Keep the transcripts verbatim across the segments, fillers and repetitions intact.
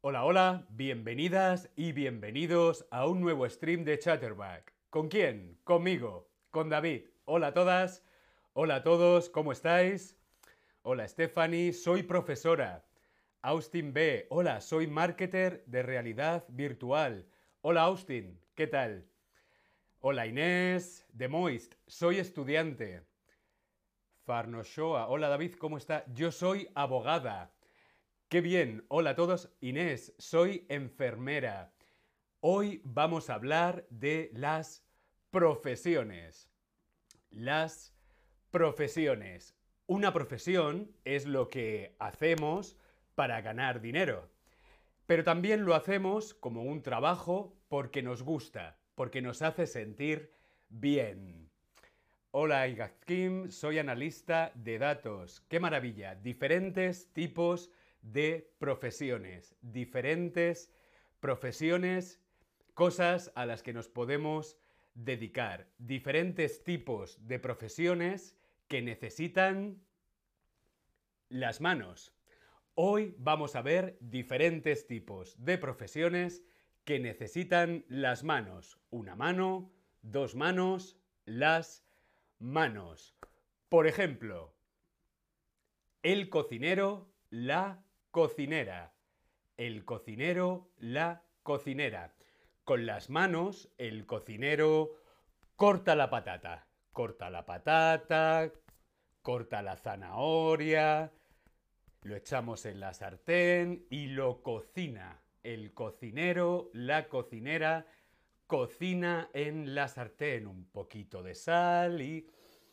Hola, hola, bienvenidas y bienvenidos a un nuevo stream de Chatterback. ¿Con quién? Conmigo, con David. Hola a todas, hola a todos, ¿cómo estáis? Hola Stephanie, soy profesora. Austin B, hola, soy marketer de realidad virtual. Hola Austin, ¿qué tal? Hola Inés, de Moist, soy estudiante. Farnoshoa, hola David, ¿cómo está? Yo soy abogada. ¡Qué bien! Hola a todos, Inés, soy enfermera. Hoy vamos a hablar de las profesiones. Las profesiones. Una profesión es lo que hacemos para ganar dinero, pero también lo hacemos como un trabajo porque nos gusta, porque nos hace sentir bien. Hola Igazkim, soy analista de datos. ¡Qué maravilla! Diferentes tipos de profesiones, diferentes profesiones, cosas a las que nos podemos dedicar, diferentes tipos de profesiones que necesitan las manos. Hoy vamos a ver diferentes tipos de profesiones que necesitan las manos. Una mano, dos manos, las manos. Por ejemplo, el cocinero, la cocinera. El cocinero, la cocinera. Con las manos, el cocinero corta la patata. Corta la patata, corta la zanahoria, lo echamos en la sartén y lo cocina. El cocinero, la cocinera, cocina en la sartén. Un poquito de sal y...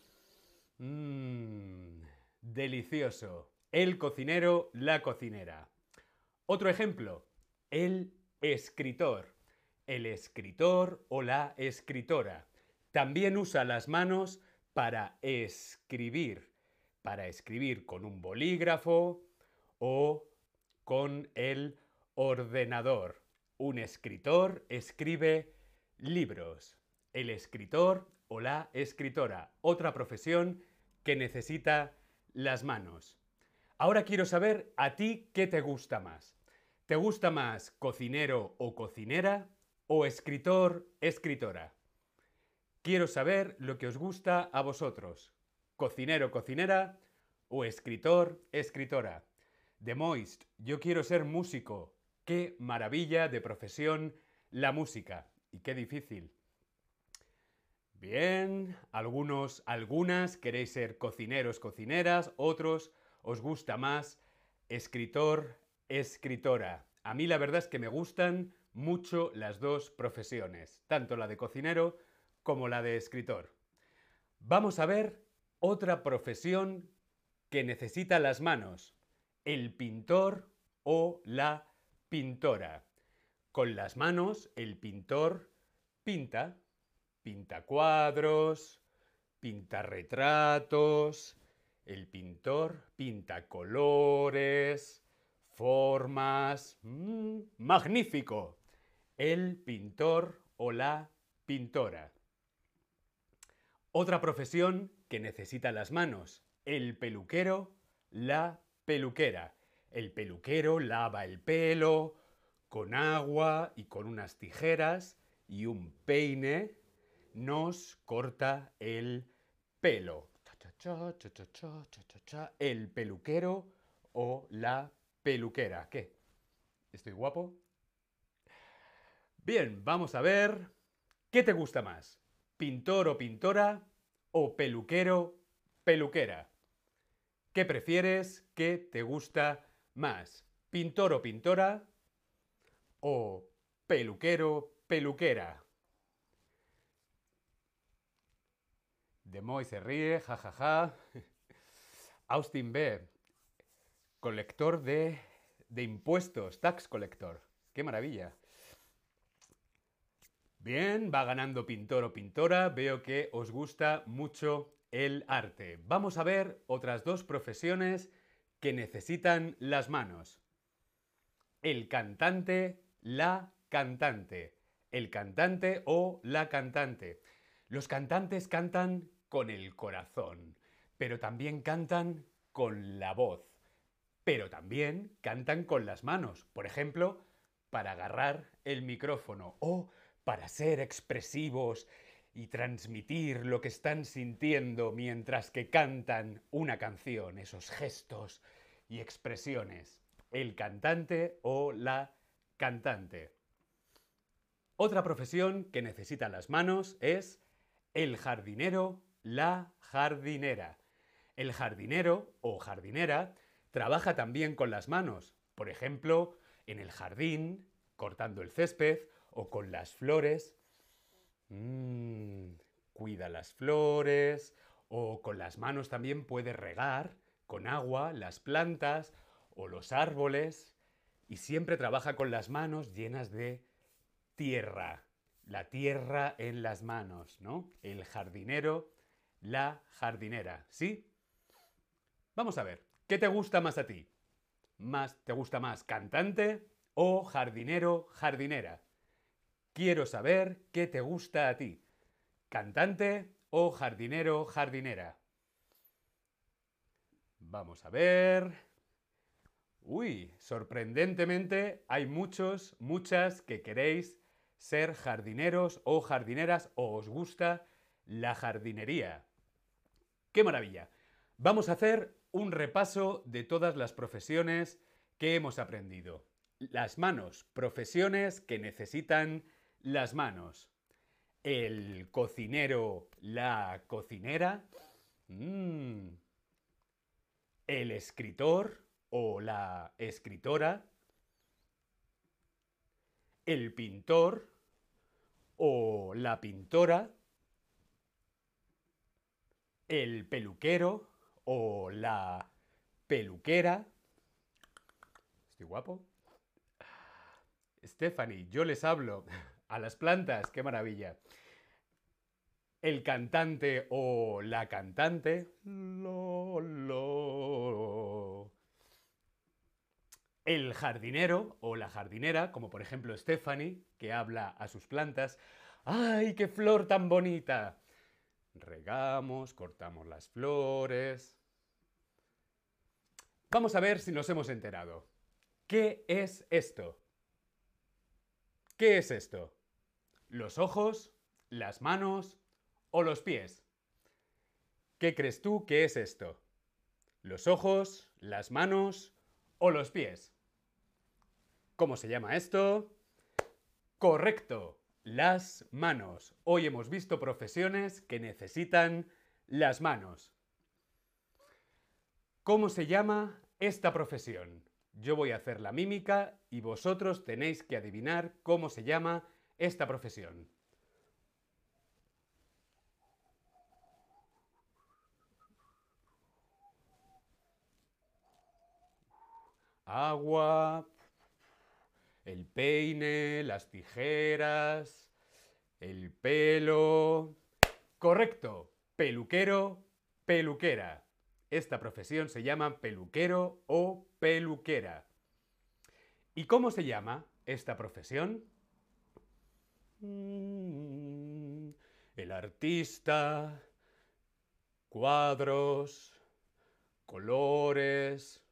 Mmm, delicioso. El cocinero, la cocinera. Otro ejemplo, el escritor. El escritor o la escritora. También usa las manos para escribir. Para escribir con un bolígrafo o con el ordenador. Un escritor escribe libros. El escritor o la escritora. Otra profesión que necesita las manos. Ahora quiero saber a ti qué te gusta más. ¿Te gusta más cocinero o cocinera o escritor, escritora? Quiero saber lo que os gusta a vosotros. Cocinero, cocinera o escritor, escritora. The Moist, yo quiero ser músico. Qué maravilla de profesión la música. Y qué difícil. Bien, algunos, algunas queréis ser cocineros, cocineras, otros os gusta más escritor, escritora. A mí la verdad es que me gustan mucho las dos profesiones, tanto la de cocinero como la de escritor. Vamos a ver otra profesión que necesita las manos, el pintor o la pintora. Con las manos el pintor pinta, pinta cuadros, pinta retratos, el pintor pinta colores, formas. ¡Mmm! ¡Magnífico! El pintor o la pintora. Otra profesión que necesita las manos, el peluquero, la peluquera. El peluquero lava el pelo con agua y con unas tijeras y un peine nos corta el pelo. El peluquero o la peluquera. ¿Qué? ¿Estoy guapo? Bien, vamos a ver. ¿Qué te gusta más? ¿Pintor o pintora? ¿O peluquero, peluquera? ¿Qué prefieres? ¿Qué te gusta más? ¿Pintor o pintora? ¿O peluquero, peluquera? Demoy se ríe, jajaja. Ja, ja. Austin B, colector de, de impuestos, tax collector. ¡Qué maravilla! Bien, va ganando pintor o pintora. Veo que os gusta mucho el arte. Vamos a ver otras dos profesiones que necesitan las manos. El cantante, la cantante. El cantante o la cantante. Los cantantes cantan con el corazón, pero también cantan con la voz. pero también cantan con las manos. Por ejemplo, para agarrar el micrófono o para ser expresivos y transmitir lo que están sintiendo mientras que cantan una canción, esos gestos y expresiones. El cantante o la cantante. Otra profesión que necesita las manos es el jardinero, la jardinera. El jardinero o jardinera trabaja también con las manos, por ejemplo, en el jardín, cortando el césped o con las flores. Mm, cuida las flores o con las manos también puede regar con agua las plantas o los árboles y siempre trabaja con las manos llenas de tierra. La tierra en las manos, ¿no? El jardinero, la jardinera, ¿sí? Vamos a ver, ¿qué te gusta más a ti? ¿Más, ¿Te gusta más cantante o jardinero, jardinera? Quiero saber qué te gusta a ti. ¿Cantante o jardinero, jardinera? Vamos a ver. Uy, sorprendentemente hay muchos, muchas que queréis ser jardineros o jardineras o os gusta la jardinería. ¡Qué maravilla! Vamos a hacer un repaso de todas las profesiones que hemos aprendido. Las manos, profesiones que necesitan las manos. El cocinero, la cocinera. Mm. El escritor o la escritora. El pintor o la pintora. El peluquero o la peluquera. ¿Estoy guapo? Stephanie, yo les hablo a las plantas, qué maravilla. El cantante o la cantante. Lo, lo. El jardinero o la jardinera, como por ejemplo Stephanie, que habla a sus plantas. ¡Ay, qué flor tan bonita! Regamos, cortamos las flores. Vamos a ver si nos hemos enterado. ¿Qué es esto? ¿Qué es esto? ¿Los ojos, las manos o los pies? ¿Qué crees tú que es esto? ¿Los ojos, las manos o los pies? ¿Cómo se llama esto? Correcto, las manos. Hoy hemos visto profesiones que necesitan las manos. ¿Cómo se llama esta profesión? Yo voy a hacer la mímica y vosotros tenéis que adivinar cómo se llama esta profesión. Agua, el peine, las tijeras, el pelo. Correcto, peluquero, peluquera. Esta profesión se llama peluquero o peluquera. ¿Y cómo se llama esta profesión? El artista, cuadros, colores,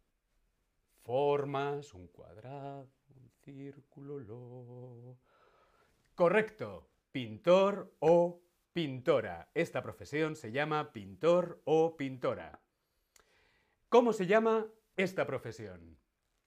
formas, un cuadrado, un círculo, lo... Correcto, pintor o pintora. Esta profesión se llama pintor o pintora. ¿Cómo se llama esta profesión?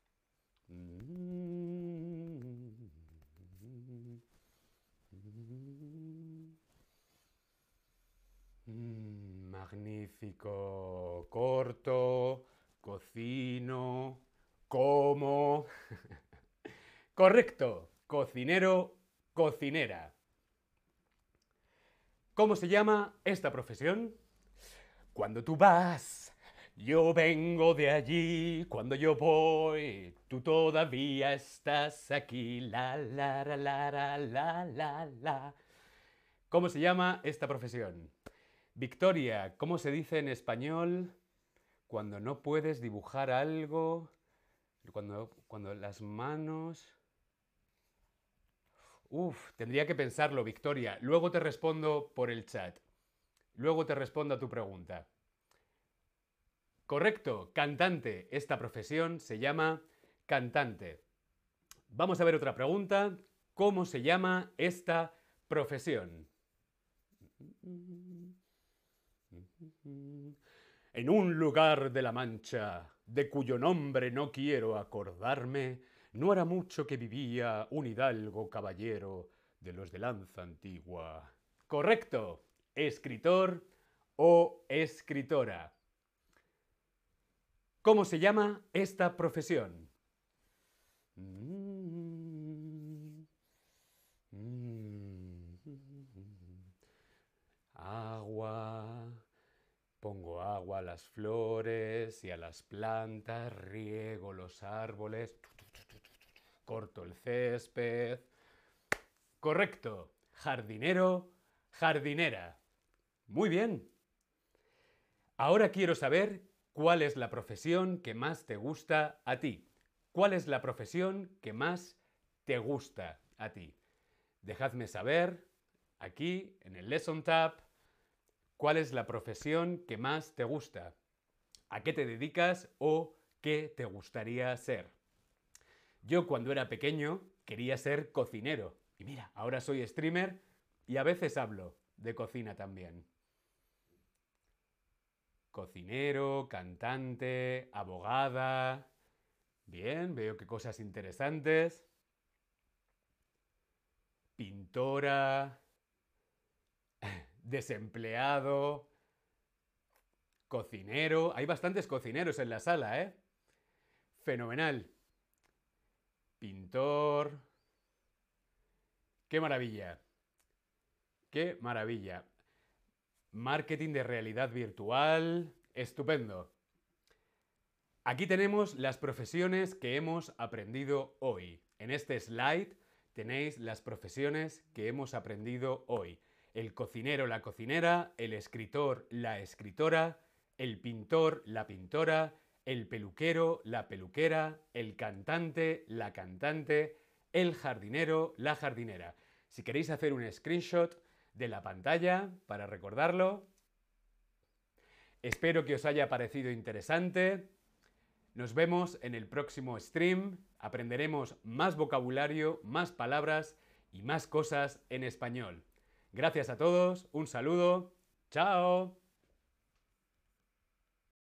Magnífico. Corto, cocino, como. Correcto. Cocinero, cocinera. ¿Cómo se llama esta profesión? Cuando tú vas, yo vengo de allí. Cuando yo voy, tú todavía estás aquí. La, la, la, la, la, la, la. ¿Cómo se llama esta profesión? Victoria, ¿cómo se dice en español cuando no puedes dibujar algo? Cuando, cuando las manos... Uf, tendría que pensarlo, Victoria. Luego te respondo por el chat. Luego te respondo a tu pregunta. Correcto, cantante. Esta profesión se llama cantante. Vamos a ver otra pregunta. ¿Cómo se llama esta profesión? En un lugar de la Mancha, de cuyo nombre no quiero acordarme, no hará mucho que vivía un hidalgo caballero de los de lanza antigua. Correcto, escritor o escritora. ¿Cómo se llama esta profesión? Agua. Pongo agua a las flores y a las plantas, riego los árboles, corto el césped. Correcto. Jardinero, jardinera. Muy bien. Ahora quiero saber cuál es la profesión que más te gusta a ti. ¿Cuál es la profesión que más te gusta a ti? Dejadme saber aquí en el Lesson Tab cuál es la profesión que más te gusta. ¿A qué te dedicas o qué te gustaría ser? Yo cuando era pequeño quería ser cocinero. Y mira, ahora soy streamer y a veces hablo de cocina también. Cocinero, cantante, abogada. Bien, veo que cosas interesantes. Pintora, desempleado, cocinero. Hay bastantes cocineros en la sala, ¿eh? Fenomenal. Pintor. ¡Qué maravilla! ¡Qué maravilla! Marketing de realidad virtual. Estupendo. Aquí tenemos las profesiones que hemos aprendido hoy. En este slide tenéis las profesiones que hemos aprendido hoy. El cocinero, la cocinera, el escritor, la escritora, el pintor, la pintora, el peluquero, la peluquera, el cantante, la cantante, el jardinero, la jardinera. Si queréis hacer un screenshot de la pantalla para recordarlo. Espero que os haya parecido interesante. Nos vemos en el próximo stream. Aprenderemos más vocabulario, más palabras y más cosas en español. Gracias a todos, un saludo, ¡chao!